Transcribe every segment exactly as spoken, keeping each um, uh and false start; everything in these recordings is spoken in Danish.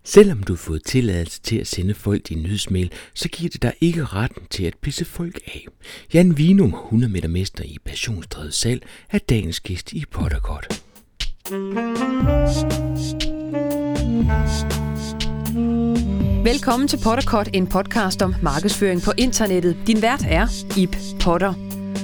Selvom du har fået tilladelse til at sende folk din nyhedsmail, så giver det dig ikke retten til at pisse folk af. Jan Vinum, hundrede meter mester i passionsdrevet salg, er dagens gæst i Potterkort. Velkommen til Potterkort, en podcast om markedsføring på internettet. Din vært er Ib Potter.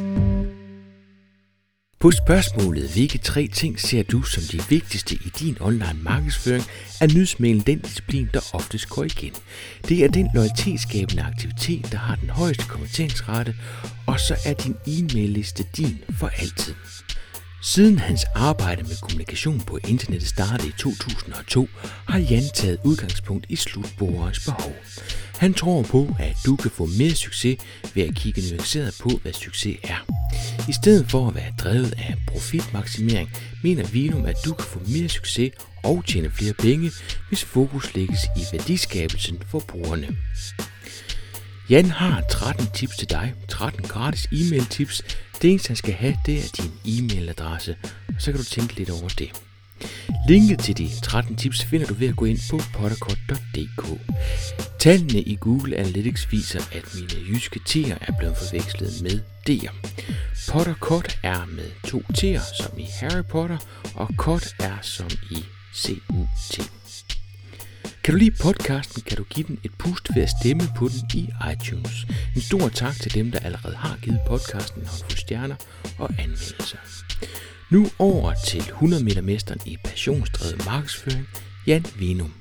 På spørgsmålet, hvilke tre ting ser du som de vigtigste i din online markedsføring, er nyhedsmailen den disciplin, der oftest går igen. Det er den loyalitetsskabende aktivitet, der har den højeste konverteringsrate, og så er din e-mail-liste din for altid. Siden hans arbejde med kommunikation på internettet startede i to tusind og to, har Jan taget udgangspunkt i slutbrugerens behov. Han tror på, at du kan få mere succes ved at kigge nuanceret på, hvad succes er. I stedet for at være drevet af profitmaksimering, mener Vinum, at du kan få mere succes og tjene flere penge, hvis fokus lægges i værdiskabelsen for brugerne. Jan har tretten tips til dig, tretten gratis e-mail tips. Det eneste han skal have, det er din e-mailadresse, og så kan du tænke lidt over det. Linket til de tretten tips finder du ved at gå ind på potterkort punktum d k. Tallene i Google Analytics viser, at mine jyske t'er er blevet forvekslet med d'er. Potterkort er med to t'er, som i Harry Potter, og kort er som i C U T. Kan du lide podcasten, kan du give den et pust ved at stemme på den i iTunes. En stor tak til dem, der allerede har givet podcasten håndfuld stjerner og anmeldelser. Nu over til hundrede meter mesteren i passionsdrevet markedsføring, Jan Vinum.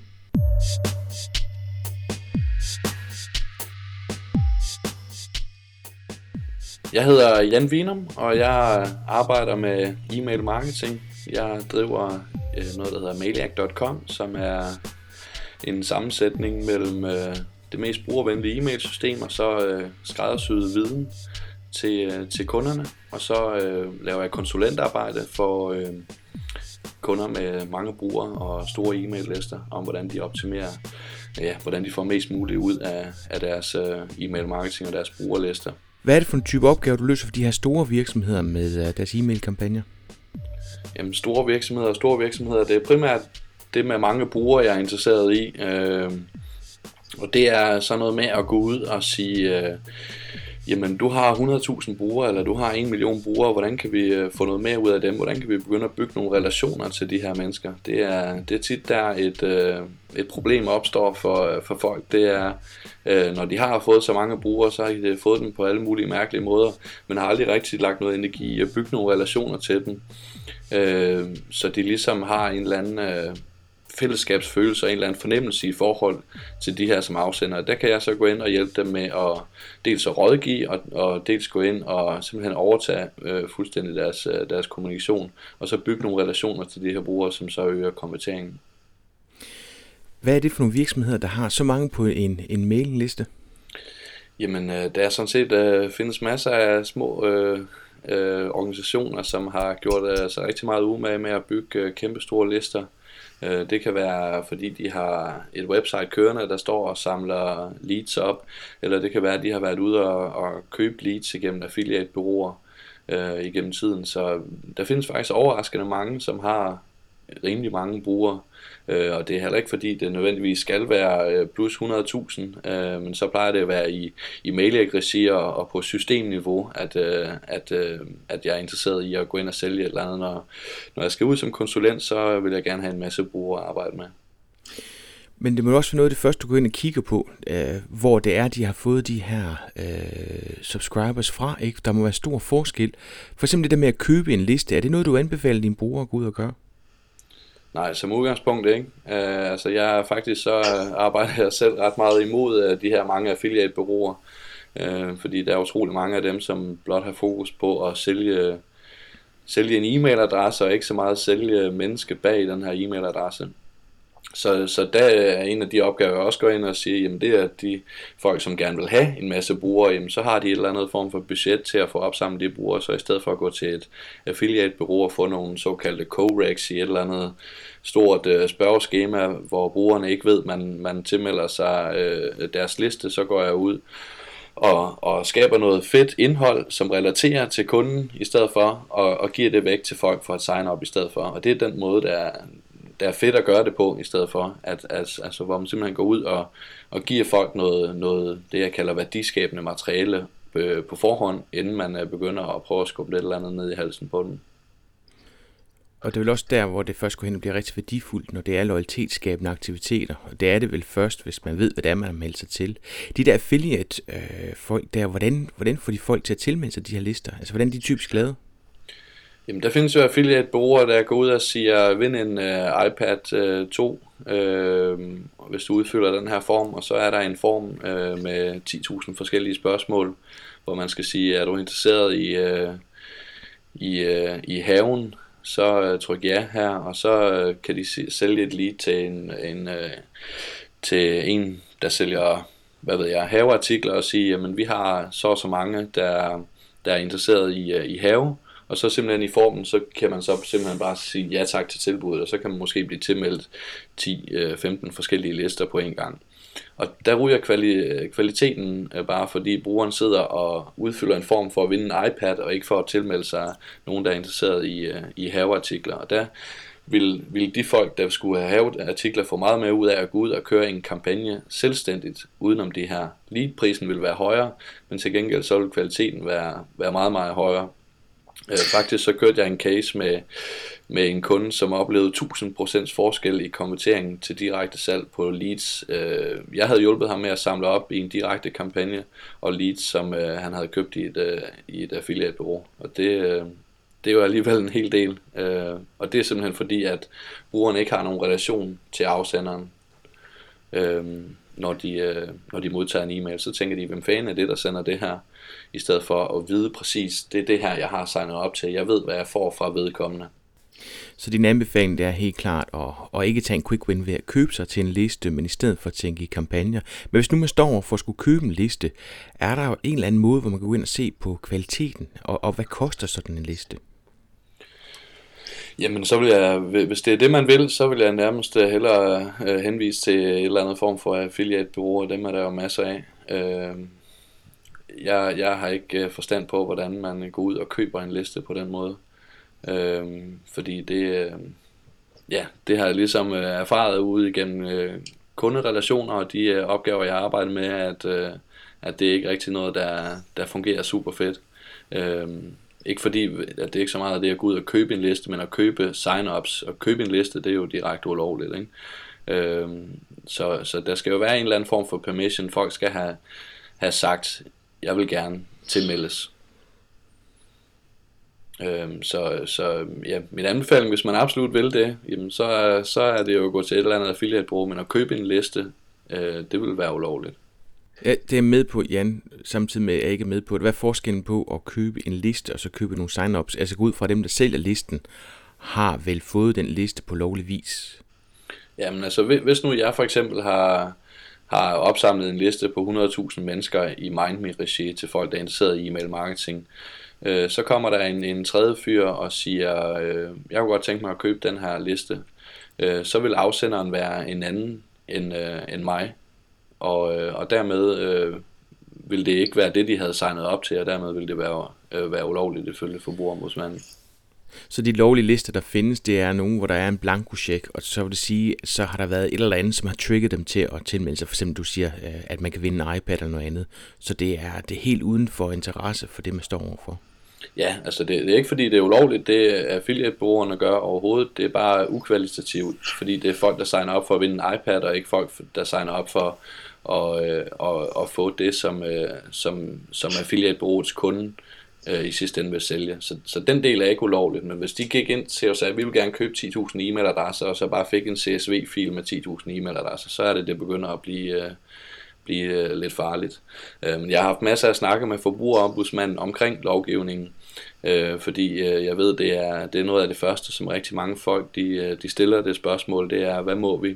Jeg hedder Jan Vinum, og jeg arbejder med e-mail marketing. Jeg driver noget, der hedder mailiac punktum com, som er en sammensætning mellem øh, det mest brugervenlige e-mailsystem og så øh, skræddersyet viden til, øh, til kunderne. Og så øh, laver jeg konsulentarbejde for øh, kunder med mange brugere og store e-mail-lister om, hvordan de optimerer, ja, hvordan de får mest muligt ud af, af deres øh, e-mail-marketing og deres brugerlister. Hvad er det for en type opgave, du løser for de her store virksomheder med øh, deres e-mail-kampagner? Jamen, store virksomheder og store virksomheder, det er primært det med mange brugere, jeg er interesseret i, øh, og det er sådan noget med at gå ud og sige, øh, jamen du har hundrede tusind brugere, eller du har en million brugere, hvordan kan vi øh, få noget mere ud af dem, hvordan kan vi begynde at bygge nogle relationer til de her mennesker. Det er, det er tit der et, øh, et problem opstår for, for folk, det er, øh, når de har fået så mange brugere, så har de fået dem på alle mulige mærkelige måder, men har aldrig rigtig lagt noget energi i at bygge nogle relationer til dem, øh, så de ligesom har en eller anden Øh, fællesskabsfølelse og en eller anden fornemmelse i forhold til de her som afsender. Der kan jeg så gå ind og hjælpe dem med at dels at rådgive og, og dels gå ind og simpelthen overtage øh, fuldstændig deres, øh, deres kommunikation og så bygge nogle relationer til de her brugere, som så øger konverteringen. Hvad er det for nogle virksomheder, der har så mange på en, en mailingliste? Jamen, øh, der er sådan set øh, findes masser af små øh, øh, organisationer, som har gjort øh, sig rigtig meget umage med at bygge øh, kæmpe store lister. Det kan være, fordi de har et website kørende, der står og samler leads op, eller det kan være, at de har været ude og, og købe leads igennem affiliate-bureauer øh, igennem tiden. Så der findes faktisk overraskende mange, som har rimelig mange brugere, øh, og det er heller ikke fordi, det nødvendigvis skal være øh, plus hundrede tusind, øh, men så plejer det at være i, i mail-regi og, og på systemniveau, at, øh, at, øh, at jeg er interesseret i at gå ind og sælge et eller andet. Når, når jeg skal ud som konsulent, så vil jeg gerne have en masse brugere at arbejde med. Men det må også være noget af det første, du går ind og kigger på, øh, hvor det er, de har fået de her øh, subscribers fra, ikke? Der må være stor forskel. For eksempel det der med at købe en liste, er det noget, du anbefaler dine brugere at gå ud og gøre? Nej, som udgangspunkt ikke. Uh, altså jeg faktisk så arbejder jeg selv ret meget imod uh, de her mange affiliate-bureauer, uh, fordi der er utrolig mange af dem, som blot har fokus på at sælge, sælge en e-mailadresse, og ikke så meget sælge menneske bag den her e-mailadresse. Så, så der er en af de opgaver, jeg også går ind og siger, jamen det er de folk, som gerne vil have en masse brugere, jamen så har de et eller andet form for budget til at få opsamlet de brugere, så i stedet for at gå til et affiliate-bureau og få nogle såkaldte co-recs i et eller andet stort øh, spørgeskema, hvor brugerne ikke ved, man man tilmelder sig øh, deres liste, så går jeg ud og, og skaber noget fedt indhold, som relaterer til kunden, i stedet for, og, og giver det væk til folk for at signe op i stedet for. Og det er den måde, der der er fedt at gøre det på, i stedet for, at, at, altså, hvor man simpelthen går ud og, og giver folk noget, noget, det jeg kalder værdiskabende materiale øh, på forhånd, inden man øh, begynder at prøve at skubbe det eller andet ned i halsen på den. Og det er vel også der, hvor det først går hen og bliver rigtig værdifuldt, når det er loyalitetsskabende aktiviteter. Og det er det vel først, hvis man ved, hvad det er, man har meldt sig til. De der affiliate-folk øh, der, hvordan, hvordan får de folk til at tilmelde sig de her lister? Altså, hvordan er de typisk lavet? Jamen, der findes jo affiliate-bureauer, der går ud og siger, vind en uh, iPad uh, to, uh, hvis du udfylder den her form, og så er der en form uh, med ti tusind forskellige spørgsmål, hvor man skal sige, er du interesseret i, uh, i, uh, i haven, så uh, tryk ja her, og så uh, kan de sælge et lead til en, en, uh, til en, der sælger, hvad ved jeg, haveartikler, og sige, jamen vi har så og så mange, der, der er interesseret i, uh, i have. Og så simpelthen i formen, så kan man så simpelthen bare sige ja tak til tilbuddet, og så kan man måske blive tilmeldt ti til femten forskellige lister på en gang. Og der ryger kvali- kvaliteten bare, fordi brugeren sidder og udfylder en form for at vinde en iPad, og ikke for at tilmelde sig nogen, der er interesseret i, i haveartikler. Og der vil, vil de folk, der skulle have haveartikler, få meget mere ud af at gå ud og køre en kampagne selvstændigt udenom det her. Leadprisen vil være højere, men til gengæld så vil kvaliteten være, være meget, meget højere. Øh, faktisk så kørte jeg en case med, med en kunde, som oplevede tusind procent forskel i konverteringen til direkte salg på leads. Øh, jeg havde hjulpet ham med at samle op i en direkte kampagne, og leads, som øh, han havde købt i et, øh, i et affiliate-bureau. Og det, øh, det er jo alligevel en hel del. Øh, og det er simpelthen fordi, at brugeren ikke har nogen relation til afsenderen. Øh, når, de, øh, når de modtager en e-mail, så tænker de, hvem fanden er det, der sender det her? I stedet for at vide præcis, det er det her, jeg har signet op til. Jeg ved, hvad jeg får fra vedkommende. Så din anbefaling det er helt klart at, at ikke tage en quick win ved at købe sig til en liste, men i stedet for at tænke i kampagner. Men hvis nu man står for at skulle købe en liste, er der jo en eller anden måde, hvor man kan gå ind og se på kvaliteten, og, og hvad koster sådan en liste? Jamen, så vil jeg, hvis det er det, man vil, så vil jeg nærmest hellere henvise til et eller andet form for affiliate-bureauer. Dem er der jo masser af. Jeg, jeg har ikke forstand på, hvordan man går ud og køber en liste på den måde. Fordi det, ja, det har jeg ligesom erfaret ude igennem kunderelationer og de opgaver, jeg arbejder med, at, at det er ikke rigtig noget, der, der fungerer super fedt. Ikke fordi, at det ikke så meget er det at gå ud og købe en liste, men at købe sign-ups. Og købe en liste, det er jo direkte ulovligt, ikke? Øhm, så, så der skal jo være en eller anden form for permission. Folk skal have, have sagt, jeg vil gerne tilmeldes. Øhm, så så ja, min anbefaling, hvis man absolut vil det, jamen så, så er det jo at gå til et eller andet affiliate-bureau, men at købe en liste, øh, det vil være ulovligt. Ja, det er jeg med på, Jan, samtidig med at jeg ikke er med på det. Hvad er forskellen på at købe en liste og så købe nogle sign-ups? Altså gå ud fra dem, der sælger listen, har vel fået den liste på lovlig vis? Jamen altså, hvis nu jeg for eksempel har, har opsamlet en liste på hundrede tusind mennesker i MindMe-regi til folk, der er interesseret i e-mail marketing, øh, så kommer der en, en tredje fyr og siger, øh, jeg kunne godt tænke mig at købe den her liste. Øh, så vil afsenderen være en anden end, øh, end mig. Og, øh, og dermed øh, vil det ikke være det, de havde signet op til, og dermed vil det være, øh, være ulovligt ifølge forbrugerombudsmanden. Så de lovlige lister, der findes, det er nogen, hvor der er en blankocheck, og så vil det sige, så har der været et eller andet, som har trigget dem til at tilmelde sig. For eksempel du siger, at man kan vinde en iPad eller noget andet. Så det er, det er helt uden for interesse for det, man står overfor. Ja, altså det, det er ikke fordi, det er ulovligt, det affiliate-bureauerne gør overhovedet. Det er bare ukvalitativt, fordi det er folk, der signer op for at vinde en iPad, og ikke folk, der signer op for at, øh, at, at få det, som, øh, som, som affiliate-bureauets kunde øh, i sidste ende vil sælge. Så, så den del er ikke ulovligt, men hvis de gik ind til og sagde, at vi vil gerne købe ti tusind e-mailadresser, og så bare fik en C S V-fil med ti tusind e-mailadresser, så er det, det begynder at blive... Øh, blive lidt farligt. Men jeg har haft masser af snakke med forbrugerombudsmanden omkring lovgivningen, fordi jeg ved, det er, det er noget af det første, som rigtig mange folk de, de stiller det spørgsmål, det er, hvad må vi?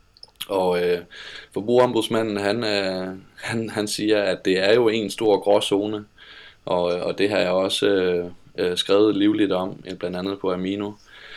Og øh, forbrugerombudsmanden, han, øh, han, han siger, at det er jo en stor gråzone, og, og det har jeg også øh, skrevet livligt om, blandt andet på Amino,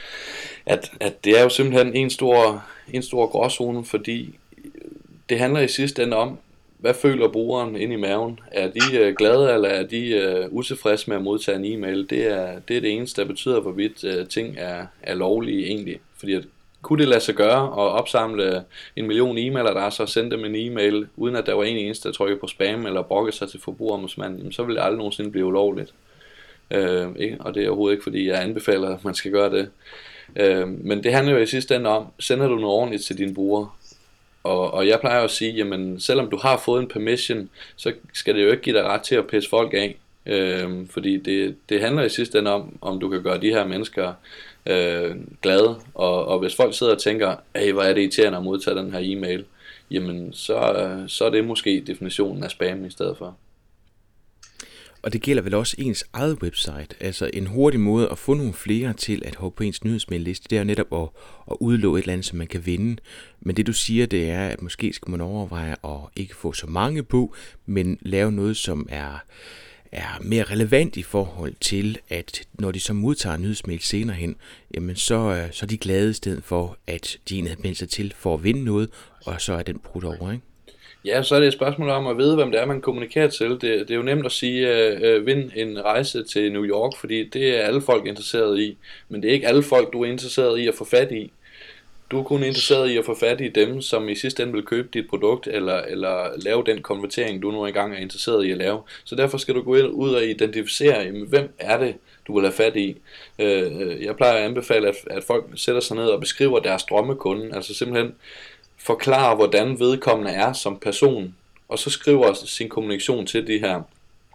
at, at det er jo simpelthen en stor, en stor gråzone, fordi det handler i sidste ende om, hvad føler brugeren inde i maven? Er de øh, glade, eller er de øh, utilfredse med at modtage en e-mail? Det er det, er det eneste, der betyder, hvorvidt øh, ting er, er lovlige egentlig. Fordi at kunne det lade sig gøre at opsamle en million e-mailadresser og sende dem en e-mail, uden at der var en eneste, der trykkede på spam eller brokkede sig til forbrugerombudsmanden, så ville det aldrig nogensinde blive ulovligt. Øh, ikke? Og det er overhovedet ikke, fordi jeg anbefaler, at man skal gøre det. Øh, men det handler jo i sidste ende om, sender du noget ordentligt til dine brugere? Og, og jeg plejer at sige, jamen selvom du har fået en permission, så skal det jo ikke give dig ret til at pisse folk af. Øh, fordi det, det handler i sidste ende om, om du kan gøre de her mennesker øh, glade. Og, og hvis folk sidder og tænker, hey, hvor er det irriterende at modtage den her e-mail, jamen så, så er det måske definitionen af spam i stedet for. Og det gælder vel også ens eget website. Altså en hurtig måde at få nogle flere til at hoppe på ens nyhedsmailliste, det er jo netop at, at udlove et eller andet, som man kan vinde. Men det du siger, det er, at måske skal man overveje at ikke få så mange på, men lave noget, som er, er mere relevant i forhold til, at når de så modtager nyhedsmail senere hen, jamen så, så er de glade i stedet for, at de egentlig havde meldt sig til for at vinde noget, og så er den brudt over, ikke? Ja, så er det et spørgsmål om at vide, hvem det er, man kommunikerer til. Det, det er jo nemt at sige, øh, vind en rejse til New York, fordi det er alle folk interesseret i. Men det er ikke alle folk, du er interesseret i at få fat i. Du er kun interesseret i at få fat i dem, som i sidste ende vil købe dit produkt, eller, eller lave den konvertering, du nu engang er interesseret i at lave. Så derfor skal du gå ud og identificere, hvem er det, du vil have fat i. Jeg plejer at anbefale, at, at folk sætter sig ned og beskriver deres drømmekunde, altså simpelthen forklare, hvordan vedkommende er som person, og så skriver sin kommunikation til de her.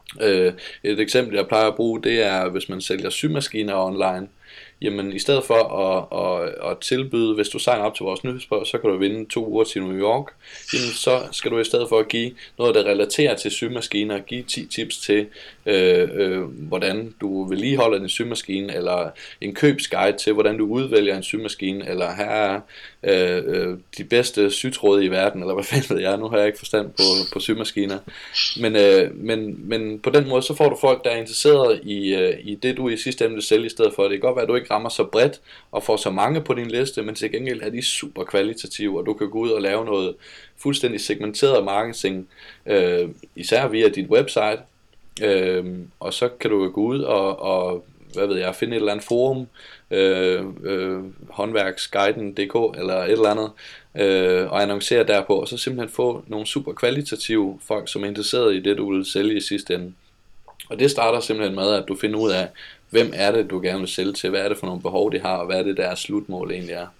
Et eksempel, jeg plejer at bruge, det er, hvis man sælger symaskiner online. Jamen i stedet for at, at, at tilbyde, hvis du signer op til vores nyhedsbrev, så kan du vinde to uger til New York. Jamen så skal du i stedet for at give noget, der relaterer til symaskiner, give ti tips til, øh, øh, hvordan du vedligeholder din symaskine, eller en købsguide til, hvordan du udvælger en symaskine, eller her er øh, øh, de bedste sytråde i verden, eller hvad fanden ved jeg, nu har jeg ikke forstand på, på symaskiner. Men, øh, men, men på den måde, så får du folk, der er interesseret i, øh, i det, du i sidste ende vil sælge i stedet for. Det kan godt være, at du ikke rammer så bredt og får så mange på din liste, men til gengæld er de super kvalitative, og du kan gå ud og lave noget fuldstændig segmenteret marketing, øh, især via dit website, øh, og så kan du gå ud og, og hvad ved jeg, finde et eller andet forum, øh, øh, håndværksguiden punktum d k eller et eller andet, øh, og annoncere derpå, og så simpelthen få nogle super kvalitative folk, som er interesseret i det, du vil sælge i sidste ende. Og det starter simpelthen med, at du finder ud af, hvem er det, du gerne vil sælge til, hvad er det for nogle behov, de har, og hvad er det, deres slutmål egentlig er.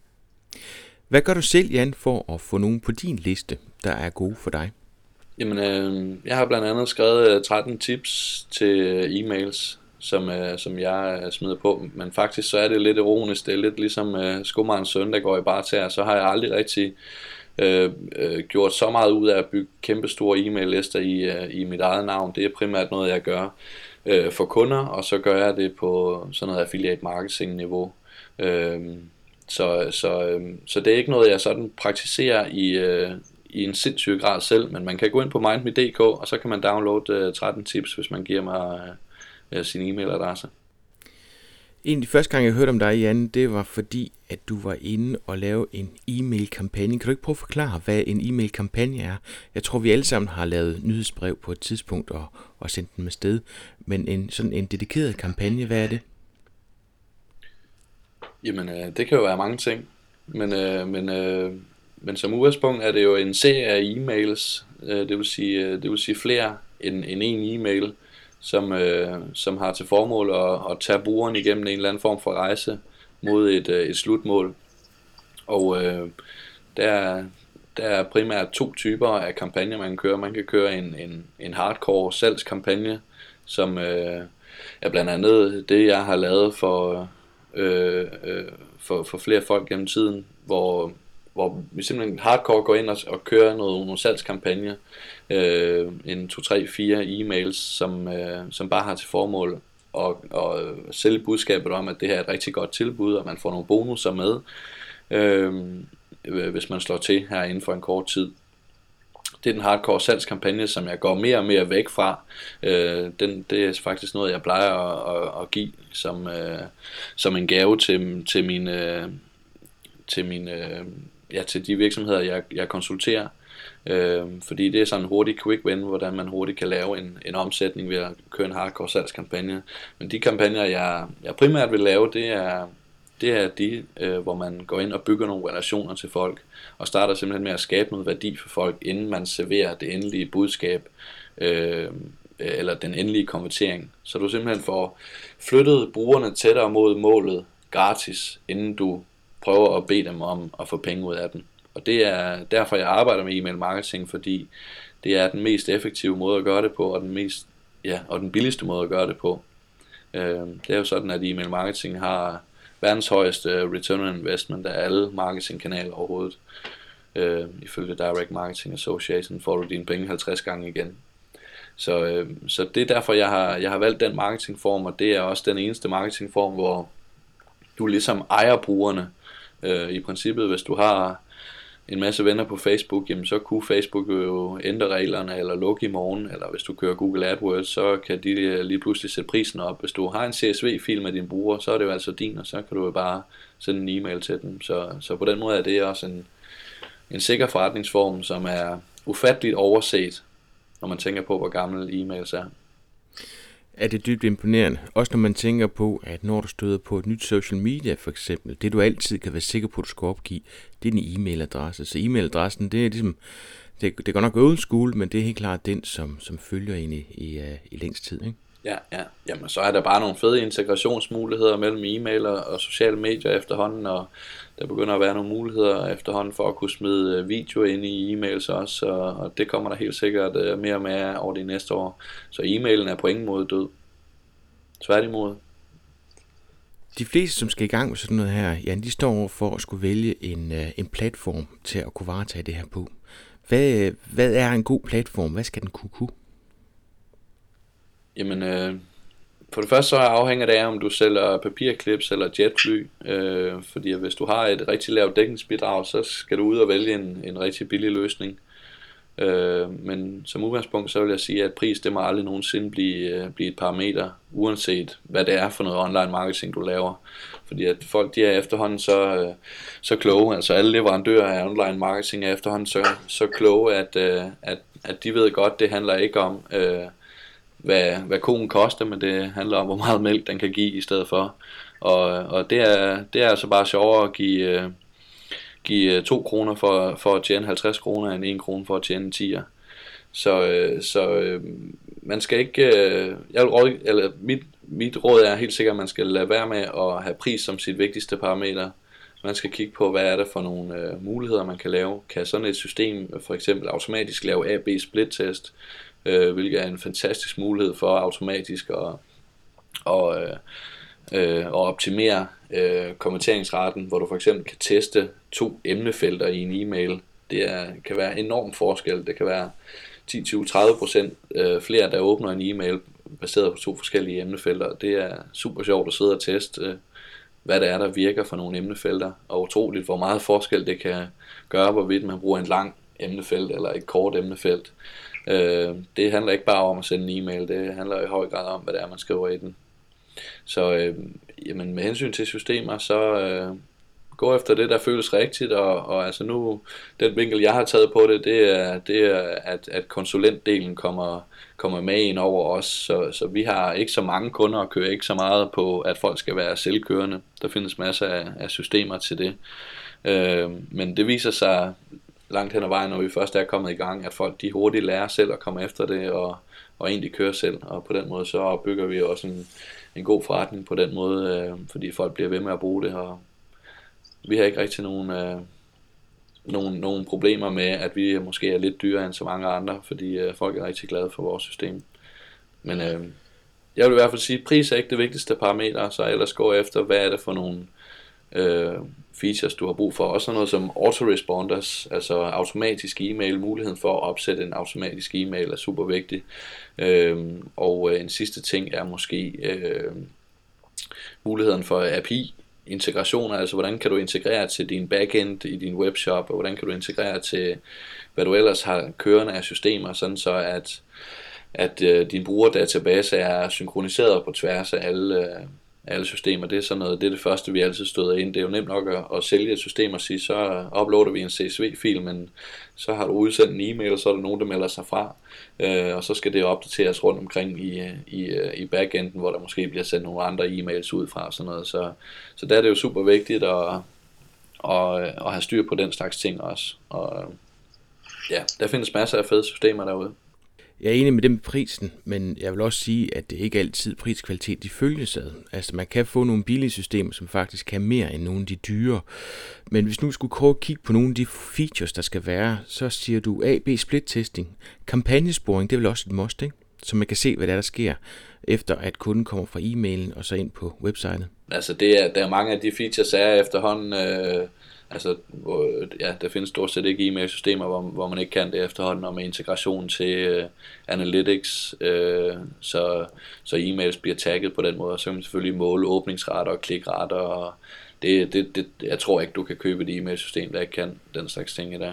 Hvad gør du selv, Jan, for at få nogen på din liste, der er gode for dig? Jamen, øh, jeg har blandt andet skrevet tretten tips til e-mails, som, øh, som jeg øh, smider på, men faktisk så er det lidt ironisk, det er lidt ligesom øh, skomagerens søn, der går i barter, så har jeg aldrig rigtig øh, øh, gjort så meget ud af at bygge kæmpe store e-mail-lister i, øh, i mit eget navn. Det er primært noget, jeg gør øh, for kunder, og så gør jeg det på sådan noget affiliate marketing niveau. Øh, så, så, øh, så det er ikke noget, jeg sådan praktiserer i, øh, i en sindssyg grad selv, men man kan gå ind på mindme punktum d k, og så kan man downloade øh, tretten tips, hvis man giver mig øh, sin e-mailadresse. En af de første gange, jeg hørte om dig, Jan, det var fordi, at du var inde og lave en e-mail-kampagne. Kan du ikke prøve at forklare, hvad en e-mail-kampagne er? Jeg tror, vi alle sammen har lavet nyhedsbrev på et tidspunkt og, og sendt dem afsted. Men en sådan en dedikeret kampagne, hvad er det? Jamen, øh, det kan jo være mange ting. Men, øh, men, øh, men som udgangspunkt er det jo en serie af e-mails. Øh, det vil sige, øh, det vil sige flere end, end en e-mail, som, øh, som har til formål at, at tage brugeren igennem en eller anden form for rejse mod et, øh, et slutmål. Og øh, der, er, der er primært to typer af kampagner, man kan køre. Man kan køre en, en, en hardcore salgskampagne, som øh, er blandt andet det, jeg har lavet for, øh, øh, for, for flere folk gennem tiden, hvor, hvor vi simpelthen hardcore går ind og, og kører noget, nogle salgskampagner. Øh, en to, tre, fire e-mails, som, øh, som bare har til formål at, at sælge budskabet om, at det her er et rigtig godt tilbud, og man får nogle bonusser med, øh, hvis man slår til her inden for en kort tid. Det er den hardcore salgskampagne, som jeg går mere og mere væk fra. Øh, den, det er faktisk noget, jeg plejer at, at, at give som, øh, som en gave til, til, mine, øh, til, mine, øh, ja, til de virksomheder, jeg, jeg konsulterer. Øh, fordi det er sådan en hurtig quick win, hvordan man hurtigt kan lave en, en omsætning ved at køre en hardcore salgskampagne. Men de kampagner, jeg, jeg primært vil lave, det er, det er de, øh, hvor man går ind og bygger nogle relationer til folk, og starter simpelthen med at skabe noget værdi for folk, inden man serverer det endelige budskab, øh, eller den endelige konvertering. Så du simpelthen får flyttet brugerne tættere mod målet gratis, inden du prøver at bede dem om at få penge ud af dem. Og det er derfor, jeg arbejder med e-mail marketing, fordi det er den mest effektive måde at gøre det på, og den, mest, ja, og den billigste måde at gøre det på. Øh, det er jo sådan, at e-mail marketing har verdens højeste return on investment af alle marketingkanaler overhovedet. Øh, ifølge Direct Marketing Association får du dine penge halvtreds gange igen. Så, øh, så det er derfor, jeg har, jeg har valgt den marketingform, og det er også den eneste marketingform, hvor du ligesom ejer brugerne. Øh, I princippet, hvis du har en masse venner på Facebook, jamen så kunne Facebook jo ændre reglerne eller lukke i morgen, eller hvis du kører Google AdWords, så kan de lige pludselig sætte prisen op. Hvis du har en C S V-fil med dine brugere, så er det jo altså din, og så kan du jo bare sende en e-mail til dem. Så, så på den måde er det også en, en sikker forretningsform, som er ufatteligt overset, når man tænker på, hvor gammel e-mails er. Er det dybt imponerende, også når man tænker på, at når du støder på et nyt social media for eksempel, det du altid kan være sikker på, at du skal opgive, det er din e-mailadresse. Så e-mailadressen, det er ligesom, det, det går nok old school, men det er helt klart den, som, som følger ind i, i, i længst tid, ikke? Ja, ja. Jamen, så er der bare nogle fede integrationsmuligheder mellem e-mail og, og sociale medier efterhånden, og der begynder at være nogle muligheder efterhånden for at kunne smide video ind i e-mails også, og, og det kommer der helt sikkert uh, mere og mere over de næste år. Så e-mailen er på ingen måde død. Tværtimod. De fleste, som skal i gang med sådan noget her, Jan, de står over for at skulle vælge en, uh, en platform til at kunne varetage det her på. Hvad, hvad er en god platform? Hvad skal den kunne kunne? Jamen, øh, for det første så afhænger det af, om du sælger papirklips eller jetfly, øh, fordi hvis du har et rigtig lavt dækningsbidrag, så skal du ud og vælge en, en rigtig billig løsning. Øh, men som udgangspunkt, så vil jeg sige, at pris, det må aldrig nogensinde blive, blive et parameter, uanset hvad det er for noget online marketing, du laver. Fordi at folk, de er efterhånden så, så kloge, altså alle leverandører af online marketing er efterhånden så, så kloge, at, at, at de ved godt, det handler ikke om, øh, hvad, hvad koen koster, men det handler om, hvor meget mælk den kan give i stedet for. Og, og det, er, det er altså bare sjovere at give, give to kroner for, for at tjene halvtreds kroner, end en krone for at tjene en tier. Så, så man skal ikke, jeg vil råd, eller mit, mit råd er helt sikkert, at man skal lade være med at have pris som sit vigtigste parameter. Man skal kigge på, hvad er det for nogle øh, muligheder, man kan lave. Kan sådan et system for eksempel automatisk lave A B split-test, øh, hvilket er en fantastisk mulighed for automatisk at, og, øh, øh, at optimere øh, konverteringsraten, hvor du for eksempel kan teste to emnefelter i en e-mail. Det er, kan være enorm forskel. Det kan være ti, tyve, tredive procent øh, flere, der åbner en e-mail baseret på to forskellige emnefelter. Det er super sjovt at sidde og teste, øh, hvad det er, der virker for nogle emnefelter, og utroligt, hvor meget forskel det kan gøre, hvorvidt man bruger en lang emnefelt eller et kort emnefelt. Øh, det handler ikke bare om at sende en e-mail, det handler i høj grad om, hvad det er, man skriver i den. Så øh, jamen, med hensyn til systemer, så øh, gå efter det, der føles rigtigt, og, og altså nu, den vinkel, jeg har taget på det, det er, det er at, at konsulentdelen kommer, kommer med ind over os, så, så vi har ikke så mange kunder og kører ikke så meget på, at folk skal være selvkørende. Der findes masser af, af systemer til det. Øh, men det viser sig langt hen ad vejen, når vi først er kommet i gang, at folk de hurtigt lærer selv at komme efter det, og, og egentlig køre selv, og på den måde så bygger vi også en, en god forretning på den måde, øh, fordi folk bliver ved med at bruge det, og vi har ikke rigtig nogen, øh, nogen, nogen problemer med, at vi måske er lidt dyrere end så mange andre, fordi øh, folk er rigtig glade for vores system. Men øh, jeg vil i hvert fald sige, at pris er ikke det vigtigste parameter, så ellers gå efter, hvad er det for nogle øh, features, du har brug for. Også noget som autoresponders, altså automatisk e-mail, muligheden for at opsætte en automatisk e-mail er super vigtig. Øh, og øh, en sidste ting er måske øh, muligheden for A P I integrationer, altså hvordan kan du integrere til din backend i din webshop, og hvordan kan du integrere til, hvad du ellers har kørende af systemer, sådan så at, at øh, din brugerdatabase er synkroniseret på tværs af alle, øh, alle systemer. Det er sådan noget, det er det første, vi altid støder ind. Det er jo nemt nok at, at sælge et system og sige, så uploader vi en C S V-fil, men så har du udsendt en e-mail, og så er der nogen, der melder sig fra, øh, og så skal det opdateres rundt omkring i, i, i backenden, hvor der måske bliver sendt nogle andre e-mails ud fra og sådan noget. Så, så der er det jo super vigtigt at, at, at have styr på den slags ting også. Og ja, der findes masser af fede systemer derude. Jeg er enig med det med prisen, men jeg vil også sige, at det ikke altid priskvalitet de følges ad. Altså man kan få nogle billige systemer, som faktisk kan mere end nogle af de dyre. Men hvis nu skulle prøve at kigge på nogle af de features, der skal være, så siger du A B split testing. Kampagnesporing, det er vel også et must, ikke? Så man kan se, hvad der, er, der sker, efter at kunden kommer fra e-mailen og så ind på websitet. Altså det er, der er mange af de features er efterhånden... Øh Altså, ja, der findes stort set ikke e-mail-systemer, hvor, hvor man ikke kan det efterhånden, og med integration til uh, Analytics, uh, så, så e-mails bliver tagget på den måde, og så kan man selvfølgelig måle åbningsrater og klikrater, og det, det, det, jeg tror ikke, du kan købe et e-mail-system, der ikke kan den slags ting i der.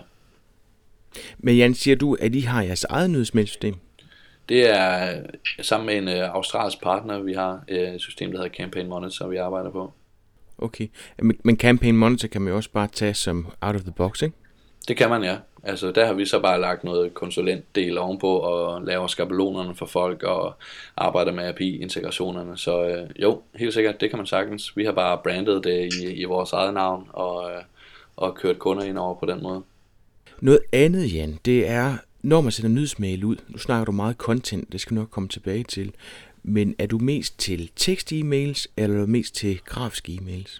Men Jan, siger du, at I har jeres eget nyhedsmailsystem? Det er sammen med en uh, australsk partner, vi har et system, der hedder Campaign Monitor, vi arbejder på. Okay, men Campaign Monitor kan man jo også bare tage som out of the box, ikke? Det kan man, ja. Altså der har vi så bare lagt noget konsulentdel ovenpå og laver skabelonerne for folk og arbejder med A P I-integrationerne. Så øh, jo, helt sikkert, det kan man sagtens. Vi har bare brandet det i, i vores eget navn og, øh, og kørt kunder ind over på den måde. Noget andet, Jan, det er, når man sender nyhedsmail ud, nu snakker du meget content, det skal vi nok komme tilbage til, men er du mest til tekst-e-mails, eller er du mest til grafiske e-mails?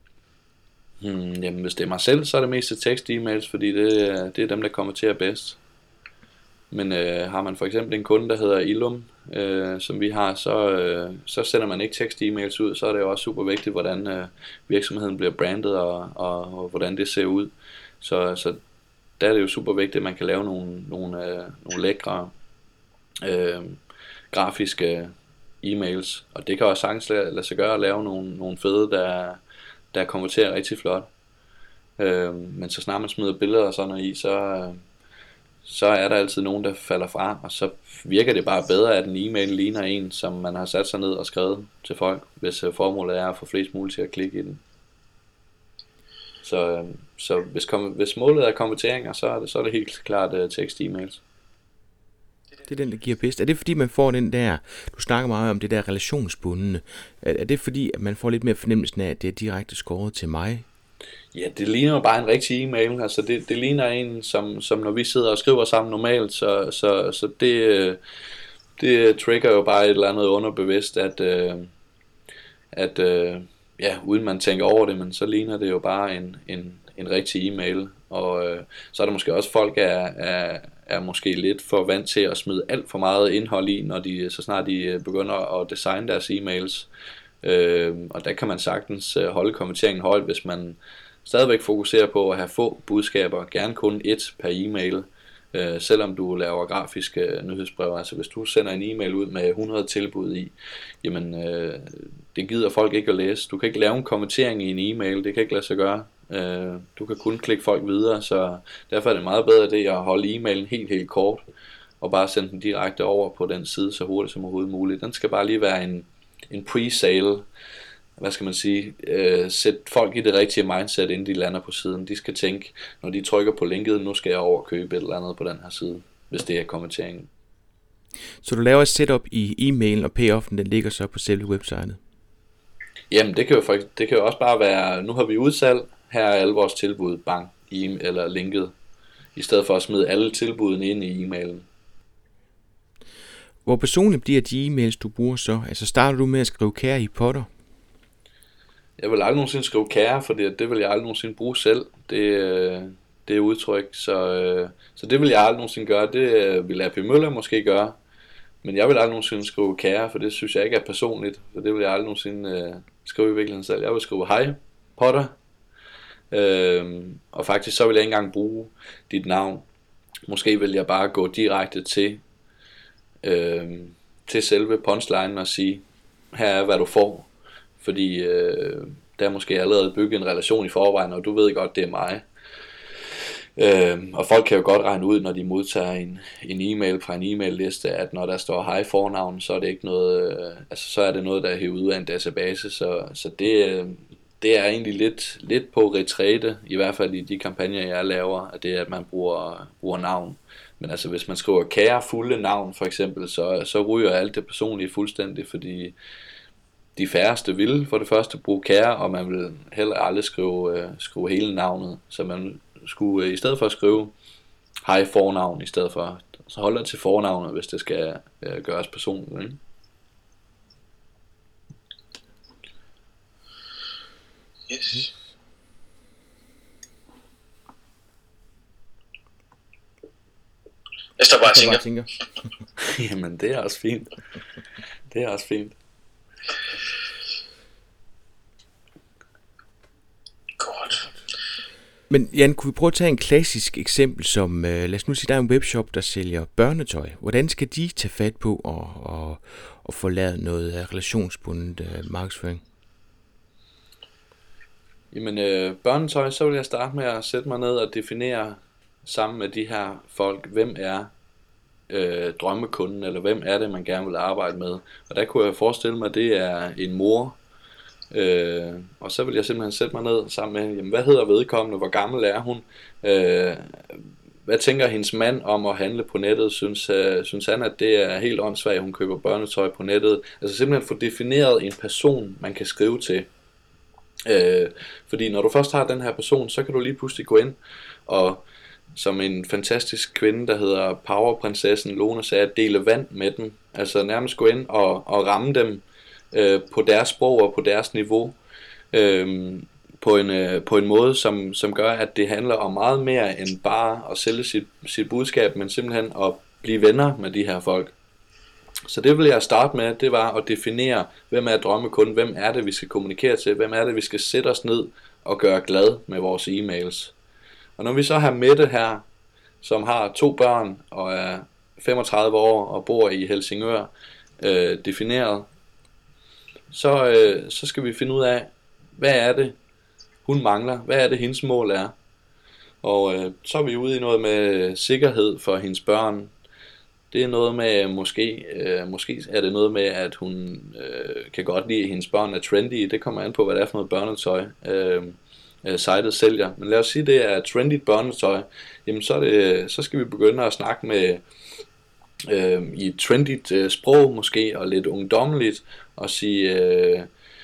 Hmm, jamen hvis det er mig selv, så er det mest til tekst-e-mails, fordi det, det er dem, der konverterer bedst. Men øh, har man for eksempel en kunde, der hedder Illum, øh, som vi har, så, øh, så sender man ikke tekst-e-mails ud, så er det jo også super vigtigt, hvordan øh, virksomheden bliver brandet, og, og, og hvordan det ser ud. Så, så der er det jo super vigtigt, at man kan lave nogle, nogle, øh, nogle lækre øh, grafiske e-mails, og det kan også sagtens lade, lade sig gøre at lave nogle, nogle fede, der, der konverterer rigtig flot. Øh, men så snart man smider billeder og sådan noget i, så, så er der altid nogen, der falder fra, og så virker det bare bedre, at en e-mail ligner en, som man har sat sig ned og skrevet til folk, hvis formålet er at få flest muligt til at klikke i den. Så, så hvis, hvis målet er konverteringer, så er det, så er det helt klart uh, tekst-e-mails. Det er den, der giver bedst. Er det fordi, man får den der, du snakker meget om det der relationsbundne, er det fordi, at man får lidt mere fornemmelsen af, at det er direkte skåret til mig? Ja, det ligner jo bare en rigtig e-mail. Altså det, det ligner en, som, som når vi sidder og skriver sammen normalt, så, så, så det, det trigger jo bare et eller andet underbevidst, at, at ja, uden man tænker over det, men så ligner det jo bare en, en, en rigtig e-mail. Og så er der måske også folk, er, er, er måske lidt for vant til at smide alt for meget indhold i, når de, så snart de begynder at designe deres e-mails. Øh, og der kan man sagtens holde konverteringen højt, hvis man stadigvæk fokuserer på at have få budskaber, gerne kun et per e-mail, øh, selvom du laver grafiske nyhedsbreve. Altså hvis du sender en e-mail ud med hundrede tilbud i, jamen øh, det gider folk ikke at læse. Du kan ikke lave en konvertering i en e-mail, det kan ikke lade sig gøre. Øh, du kan kun klikke folk videre, så derfor er det meget bedre det at holde e-mailen helt helt kort og bare sende den direkte over på den side så hurtigt som overhovedet muligt. Den skal bare lige være en en pre-sale, hvad skal man sige, øh, sæt folk i det rigtige mindset, inden de lander på siden. De skal tænke, når de trykker på linket, nu skal jeg overkøbe et eller andet på den her side, hvis det er konverteringen. Så du laver et setup i e-mailen, og payoffen, den ligger så på selve websitet? Jamen, det kan jo, faktisk, det kan jo også bare være, nu har vi udsalg, her er alle vores tilbud, bang, e- eller linket, i stedet for at smide alle tilbudene ind i e-mailen. Hvor personligt bliver de e-mails, du bruger så? Altså starter du med at skrive kære i potter? Jeg vil aldrig nogensinde skrive kære, for det, det vil jeg aldrig nogensinde bruge selv. Det, det er udtryk, så, så det vil jeg aldrig nogensinde gøre. Det vil A P Møller måske gøre, men jeg vil aldrig nogensinde skrive kære, for det synes jeg ikke er personligt. Så det vil jeg aldrig nogensinde uh, skrive i virkeligheden selv. Jeg vil skrive hej, Potter. Uh, og faktisk så vil jeg ikke engang bruge dit navn. Måske vil jeg bare gå direkte til Øh, til selve punchlinen og sige, her er hvad du får, fordi øh, der er måske allerede bygget en relation i forvejen, og du ved godt det er mig. Øhm, og folk kan jo godt regne ud, når de modtager en, en e-mail fra en e-mail-liste, at når der står hej fornavn, så er det ikke noget, øh, altså så er det noget, der er hævet ud af en database, så, så det, øh, det er egentlig lidt, lidt på retræte, i hvert fald i de kampagner, jeg laver, at det er, at man bruger, bruger navn. Men altså hvis man skriver kære fulde navn for eksempel, så, så ryger alt det personlige fuldstændig, fordi de færreste vil for det første bruge kære, og man vil heller aldrig skrive, øh, skrive hele navnet, så man skulle øh, i stedet for at skrive hej fornavn, i stedet for, så holder det til fornavnet, hvis det skal øh, gøres personligt, ikke? Yes. Jeg står bare og tænker. tænker. Jamen det er også fint. Det er også fint. Godt. Men Jan, kunne vi prøve at tage en klassisk eksempel som, øh, lad os nu sige, der er en webshop, der sælger børnetøj. Hvordan skal de tage fat på og, og, og få lavet noget relationsbundet øh, markedsføring? Jamen øh, børnetøj, så vil jeg starte med at sætte mig ned og definere sammen med de her folk, hvem er øh, drømmekunden, eller hvem er det, man gerne vil arbejde med. Og der kunne jeg forestille mig, at det er en mor. Øh, og så vil jeg simpelthen sætte mig ned sammen med, jamen, hvad hedder vedkommende, hvor gammel er hun, øh, hvad tænker hendes mand om at handle på nettet, synes, øh, synes han, at det er helt åndssvagt, at hun køber børnetøj på nettet. Altså simpelthen få defineret en person, man kan skrive til. Øh, fordi når du først har den her person, så kan du lige pludselig gå ind og som en fantastisk kvinde, der hedder Powerprinsessen Lone sagde, at dele vand med dem. Altså nærmest gå ind og, og ramme dem øh, på deres sprog og på deres niveau. Øh, på, en, øh, på en måde, som, som gør, at det handler om meget mere end bare at sælge sit, sit budskab, men simpelthen at blive venner med de her folk. Så det vil jeg starte med, det var at definere, hvem er drømmekunden, hvem er det, vi skal kommunikere til, hvem er det, vi skal sætte os ned og gøre glad med vores e-mails. Og når vi så har Mette her, som har to børn og er femogtredive år og bor i Helsingør, øh, defineret, så, øh, så skal vi finde ud af, hvad er det, hun mangler, hvad er det, hendes mål er. Og øh, så er vi ude i noget med sikkerhed for hendes børn. Det er noget med, måske, øh, måske er det noget med, at hun øh, kan godt lide, at hendes børn er trendy. Det kommer an på, hvad det er for noget børnetøj, øh, øh, sitet sælger. Men lad os sige, det er trendy børnetøj. Jamen så, er det, så skal vi begynde at snakke med øh, i et trendigt øh, sprog måske, og lidt ungdommeligt, og sige, øh,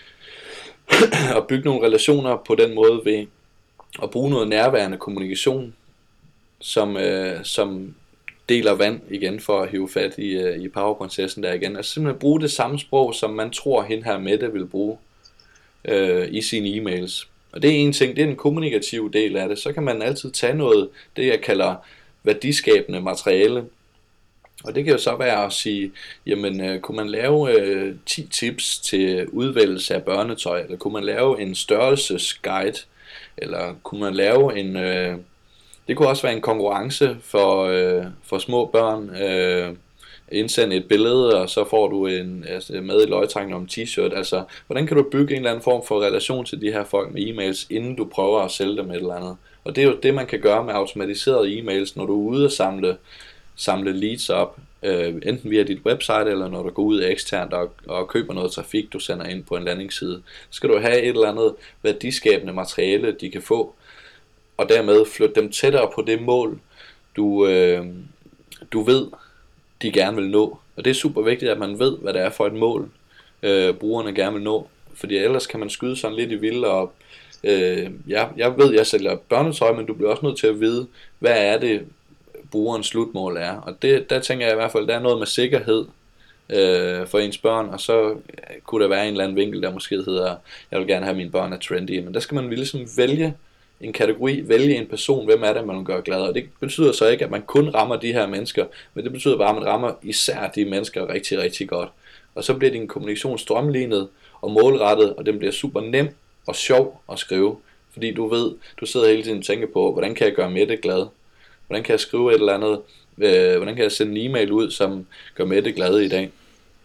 og bygge nogle relationer på den måde ved at bruge noget nærværende kommunikation, som, øh, som deler vand igen, for at hive fat i, uh, i Powerprinsessen der igen. Altså simpelthen bruge det samme sprog, som man tror, hende her Mette vil bruge uh, i sine e-mails. Og det er en ting, det er en kommunikativ del af det. Så kan man altid tage noget, det jeg kalder værdiskabende materiale. Og det kan jo så være at sige, jamen uh, kunne man lave uh, ti tips til udvælgelse af børnetøj, eller kunne man lave en størrelsesguide, eller kunne man lave en... Uh, Det kunne også være en konkurrence for, øh, for små børn. Øh, indsend et billede, og så får du en altså, med i lodtrækning om en t-shirt. Altså, hvordan kan du bygge en eller anden form for relation til de her folk med e-mails, inden du prøver at sælge dem et eller andet? Og det er jo det, man kan gøre med automatiserede e-mails, når du er ude og samle, samle leads op, øh, enten via dit website, eller når du går ud eksternt og, og køber noget trafik, du sender ind på en landingsside. Så skal du have et eller andet værdiskabende materiale, de kan få, og dermed flytte dem tættere på det mål, du, øh, du ved, de gerne vil nå. Og det er super vigtigt, at man ved, hvad det er for et mål, øh, brugerne gerne vil nå. Fordi ellers kan man skyde sådan lidt i vildt, og øh, jeg, jeg ved, jeg sælger børnetøj, men du bliver også nødt til at vide, hvad er det, brugerens slutmål er. Og det, der tænker jeg i hvert fald, der er noget med sikkerhed øh, for ens børn, og så kunne der være en eller anden vinkel, der måske hedder, jeg vil gerne have mine børn er trendy. Men der skal man ligesom vælge en kategori, vælge en person, hvem er det, man gør glad. Og det betyder så ikke, at man kun rammer de her mennesker, men det betyder bare, at man rammer især de mennesker rigtig, rigtig godt. Og så bliver din kommunikation strømlignet og målrettet, og den bliver super nem og sjov at skrive, fordi du ved, du sidder hele tiden og tænker på, hvordan kan jeg gøre Mette glad? Hvordan kan jeg skrive et eller andet? Øh, hvordan kan jeg sende en e-mail ud, som gør Mette glad i dag?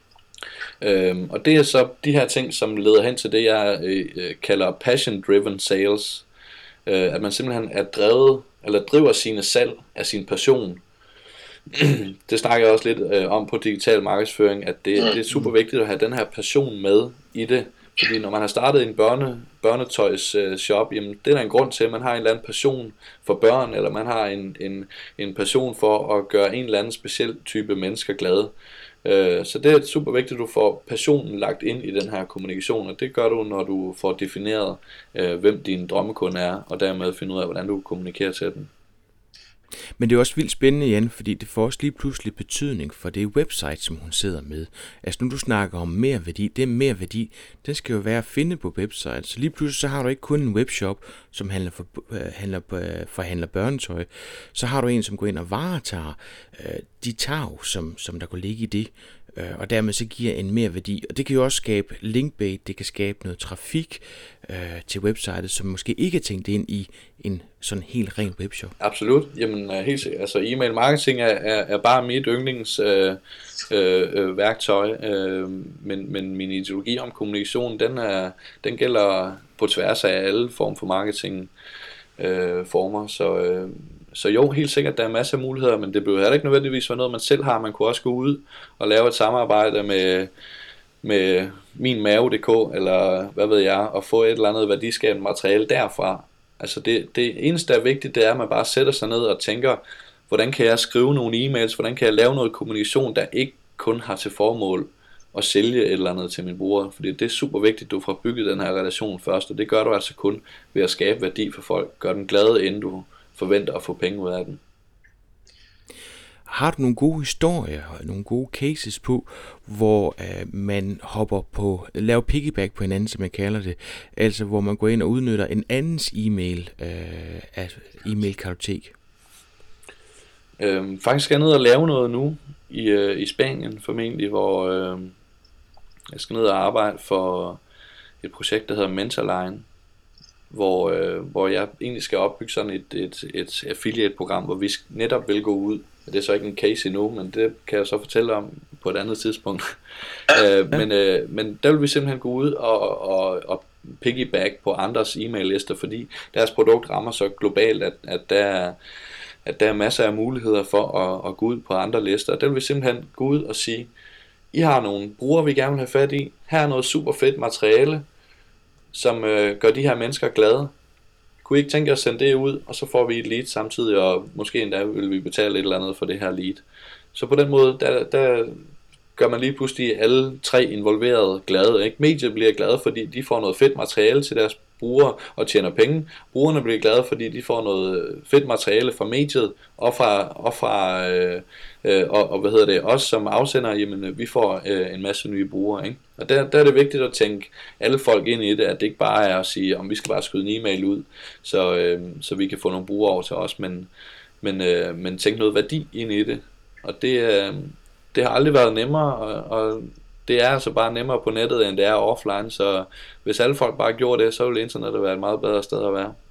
Øhm, og det er så de her ting, som leder hen til det, jeg øh, kalder passion-driven sales. Øh, at man simpelthen er drevet, eller driver sine salg af sin passion. Det snakker jeg også lidt øh, om på digital markedsføring, at det, det er super vigtigt at have den her passion med i det. Fordi når man har startet en børne, børnetøjs øh, shop, jamen det er der en grund til, at man har en eller anden passion for børn, eller man har en, en, en passion for at gøre en eller anden speciel type mennesker glade. Øh, så det er super vigtigt, at du får passionen lagt ind i den her kommunikation, og det gør du, når du får defineret, øh, hvem din drømmekunde er, og dermed finde ud af, hvordan du kommunikerer til dem. Men det er også vildt spændende, Jan, fordi det får også lige pludselig betydning for det website, som hun sidder med. Altså nu du snakker om mere værdi, det er mere værdi, den skal jo være at finde på website. Så lige pludselig så har du ikke kun en webshop, som handler for, øh, handler, øh, forhandler børnetøj. Så har du en, som går ind og varetager øh, de tag, som, som der kunne ligge i det. Og dermed så giver en mere værdi. Og det kan jo også skabe linkbait, det kan skabe noget trafik øh, til websitet, som måske ikke er tænkt ind i en sådan helt ren webshop. Absolut. Jamen helt altså e-mail marketing er, er, er bare mit yndlings øh, øh, værktøj, øh, men, men min ideologi om kommunikation, den, er, den gælder på tværs af alle former for marketing øh, former, så øh, Så jo, helt sikkert, der er masser af muligheder, men det behøver heller ikke nødvendigvis være noget, man selv har. Man kunne også gå ud og lave et samarbejde med, med min mave punktum d k, eller hvad ved jeg, og få et eller andet værdiskabende materiale derfra. Altså det, det eneste, der er vigtigt, det er, at man bare sætter sig ned og tænker, hvordan kan jeg skrive nogle e-mails, hvordan kan jeg lave noget kommunikation, der ikke kun har til formål at sælge et eller andet til mine brugere. Fordi det er super vigtigt, at du får bygget den her relation først, og det gør du altså kun ved at skabe værdi for folk. Gør den glade, inden du forventer at få penge ud af den. Har du nogle gode historier, nogle gode cases på, hvor øh, man hopper på, laver piggyback på hinanden, som man kalder det, altså hvor man går ind og udnytter en andens e-mail, øh, e-mail-kartotek? Øhm, faktisk skal jeg ned og lave noget nu i, øh, i Spanien formentlig, hvor øh, jeg skal ned og arbejde for et projekt, der hedder Mentorline, hvor, øh, hvor jeg egentlig skal opbygge sådan et, et, et affiliate-program, hvor vi netop vil gå ud. Det er så ikke en case endnu, men det kan jeg så fortælle om på et andet tidspunkt. øh, men, øh, men der vil vi simpelthen gå ud og, og, og piggyback på andres e-mail-lister, fordi deres produkt rammer så globalt, at, at, der, er, at der er masser af muligheder for at, at gå ud på andre lister. Der vil vi simpelthen gå ud og sige, I har nogle brugere, vi gerne vil have fat i. Her er noget super fedt materiale, som øh, gør de her mennesker glade. Kunne I ikke tænke jer at sende det ud, og så får vi et lead samtidig, og måske endda vil vi betale et eller andet for det her lead. Så på den måde, der, der gør man lige pludselig alle tre involverede glade. Ikke? Mediet bliver glade, fordi de får noget fedt materiale til deres brugere og tjener penge. Brugerne bliver glade, fordi de får noget fedt materiale fra mediet og fra, og, fra øh, øh, og, og hvad hedder det, os som afsender, jamen vi får øh, en masse nye brugere. Ikke? Og der, der er det vigtigt at tænke alle folk ind i det, at det ikke bare er at sige, om vi skal bare skyde en e-mail ud, så, øh, så vi kan få nogle brugere over til os, men, men, øh, men tænk noget værdi ind i det. Og det, øh, det har aldrig været nemmere, og, og det er altså bare nemmere på nettet, end det er offline, så hvis alle folk bare gjorde det, så ville internettet være et meget bedre sted at være.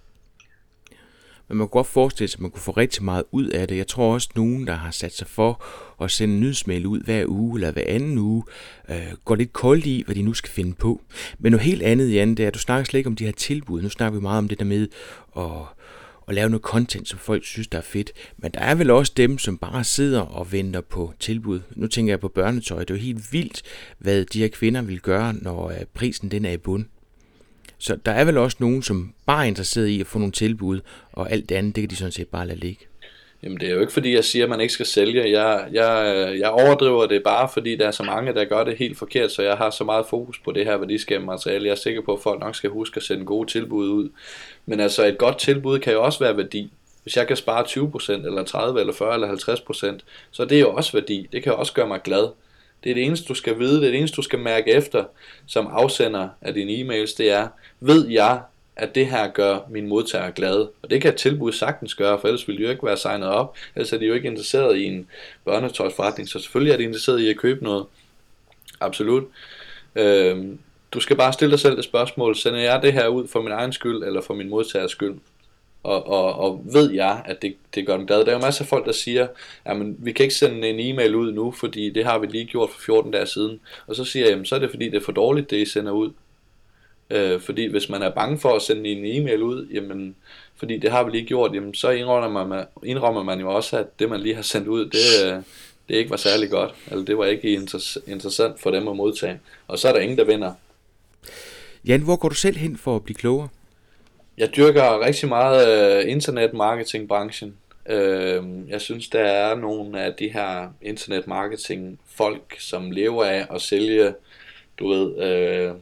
Men man kunne godt forestille sig, at man kunne få rigtig meget ud af det. Jeg tror også, at nogen, der har sat sig for at sende en nyhedsmail ud hver uge eller hver anden uge, øh, går lidt koldt i, hvad de nu skal finde på. Men noget helt andet, Jan, det er, at du snakker slet ikke om de her tilbud. Nu snakker vi meget om det der med at, at lave noget content, som folk synes, der er fedt. Men der er vel også dem, som bare sidder og venter på tilbud. Nu tænker jeg på børnetøj. Det er jo helt vildt, hvad de her kvinder vil gøre, når prisen den er i bund. Så der er vel også nogen, som bare er interesseret i at få nogle tilbud, og alt det andet, det kan de sådan set bare lade ligge. Jamen det er jo ikke fordi jeg siger at man ikke skal sælge. Jeg, jeg, jeg overdriver det bare fordi der er så mange der gør det helt forkert. Så jeg har så meget fokus på det her værdiskabende materiale. Jeg er sikker på at folk nok skal huske at sende gode tilbud ud. Men altså et godt tilbud kan jo også være værdi. Hvis jeg kan spare tyve procent eller tredive eller fyrre eller halvtreds procent, så det er jo også værdi. Det kan også gøre mig glad. Det er det eneste du skal vide. Det er det eneste du skal mærke efter som afsender af dine e-mails. Det er, ved jeg at det her gør min modtager glad. Og det kan et tilbud sagtens gøre, for ellers ville de jo ikke være signet op. Ellers er de jo ikke interesseret i en børnetøjsforretning, så selvfølgelig er de interesseret i at købe noget. Absolut. Øhm, du skal bare stille dig selv det spørgsmål, sender jeg det her ud for min egen skyld, eller for min modtagers skyld? Og, og, og ved jeg, at det, det gør dem glad. Der er jo masser af folk, der siger, jamen vi kan ikke sende en e-mail ud nu, fordi det har vi lige gjort for fjorten dage siden. Og så siger jeg, jamen så er det fordi det er for dårligt, det I sender ud. Øh, fordi hvis man er bange for at sende en e-mail ud, jamen, fordi det har vi lige gjort, jamen, så indrømmer man, indrømmer man jo også, at det man lige har sendt ud, det, det ikke var særlig godt, eller det var ikke interessant for dem at modtage, og så er der ingen, der vinder. Jan, hvor går du selv hen for at blive klogere? Jeg dyrker rigtig meget uh, internet-marketing-branchen. Uh, jeg synes, der er nogle af de her internet-marketing-folk, som lever af at sælge, du ved, uh,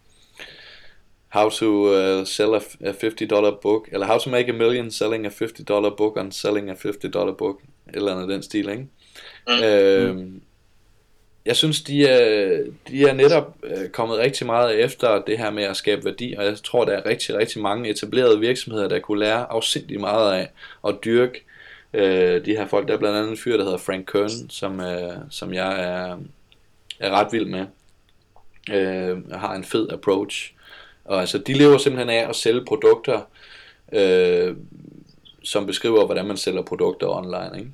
how to uh, sell a fifty dollar book, eller how to make a million selling a fifty dollar book on selling a fifty dollar book, eller andet den stil, ikke? Mm. Uh, Jeg synes, de er, de er netop kommet rigtig meget efter det her med at skabe værdi, og jeg tror, der er rigtig, rigtig mange etablerede virksomheder, der kunne lære afsindigt meget af at dyrke øh, de her folk. Der er blandt andet en fyr, der hedder Frank Kern, som, øh, som jeg er, er ret vild med. Øh, har en fed approach. Og altså, de lever simpelthen af at sælge produkter, øh, som beskriver, hvordan man sælger produkter online, ikke?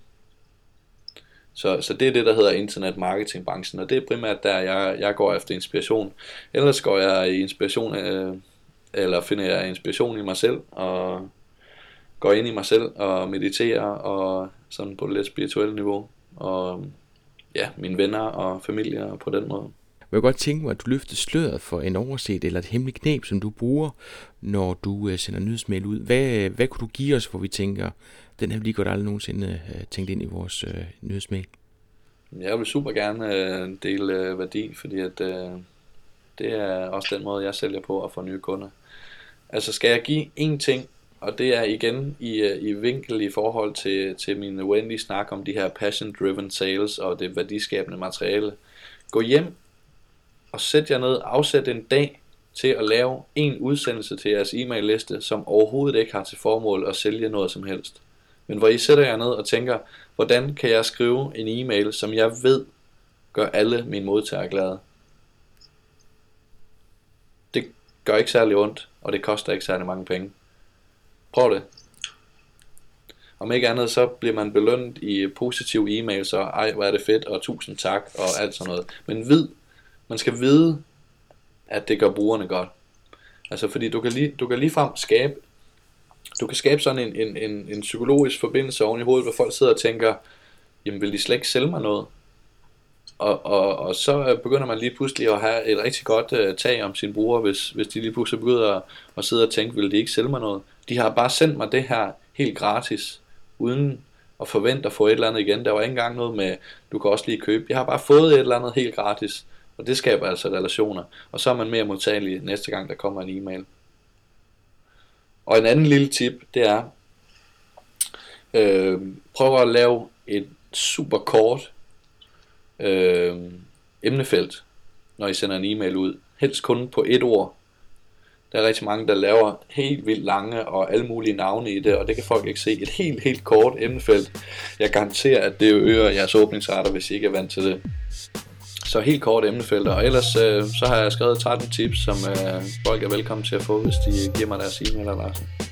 Så, så det er det, der hedder internet marketing branchen, og det er primært der, jeg, jeg går efter inspiration. Ellers går jeg i inspiration, øh, eller finder jeg inspiration i mig selv, og går ind i mig selv, og mediterer, og sådan på et lidt spirituelt niveau, og ja, mine venner og familie på den måde. Jeg vil godt tænke mig, at du løfter sløret for en overset eller et hemmeligt knep, som du bruger, når du øh, sender nyhedsmail ud. Hvad, hvad kunne du give os, hvor vi tænker, den har vi lige godt aldrig nogensinde øh, tænkt ind i vores øh, nyhedsmail? Jeg vil super gerne øh, dele øh, værdi, fordi at, øh, det er også den måde, jeg sælger på at få nye kunder. Altså skal jeg give én ting, og det er igen i, øh, i vinkel i forhold til, til min uendelige snak om de her passion-driven sales og det værdiskabende materiale. Gå hjem og sæt jer ned, afsæt en dag til at lave en udsendelse til jeres e-mail liste, som overhovedet ikke har til formål at sælge noget som helst. Men hvor I sætter jer ned og tænker, hvordan kan jeg skrive en e-mail, som jeg ved gør alle mine modtagere glade. Det gør ikke særlig ondt, og det koster ikke særlig mange penge. Prøv det. Om ikke andet, så bliver man belønnet i positive e-mails, og ej, hvor er det fedt, og tusind tak, og alt sådan noget. Men vid, man skal vide, at det gør brugerne godt. Altså fordi du kan, lige, du kan ligefrem skabe, du kan skabe sådan en, en, en, en psykologisk forbindelse oven i hovedet, hvor folk sidder og tænker, jamen vil de slet ikke sælge mig noget? Og, og, og så begynder man lige pludselig at have et rigtig godt uh, tag om sine brugere, hvis, hvis de lige pludselig begynder at, at sidde og tænke, vil de ikke sælge mig noget? De har bare sendt mig det her helt gratis, uden at forvente at få et eller andet igen. Der var ikke engang noget med, du kan også lige købe. Jeg har bare fået et eller andet helt gratis, og det skaber altså relationer. Og så er man mere modtagelig næste gang, der kommer en e-mail. Og en anden lille tip, det er, øh, prøv at lave et super kort øh, emnefelt, når I sender en e-mail ud. Helst kun på et ord. Der er rigtig mange, der laver helt vildt lange og alle mulige navne i det, og det kan folk ikke se. Et helt, helt kort emnefelt. Jeg garanterer, at det øger jeres åbningsrater, hvis I ikke er vant til det. Så helt kort emnefelter, og ellers øh, så har jeg skrevet tretten tips, som øh, folk er velkommen til at få, hvis de giver mig deres e-mailadresse.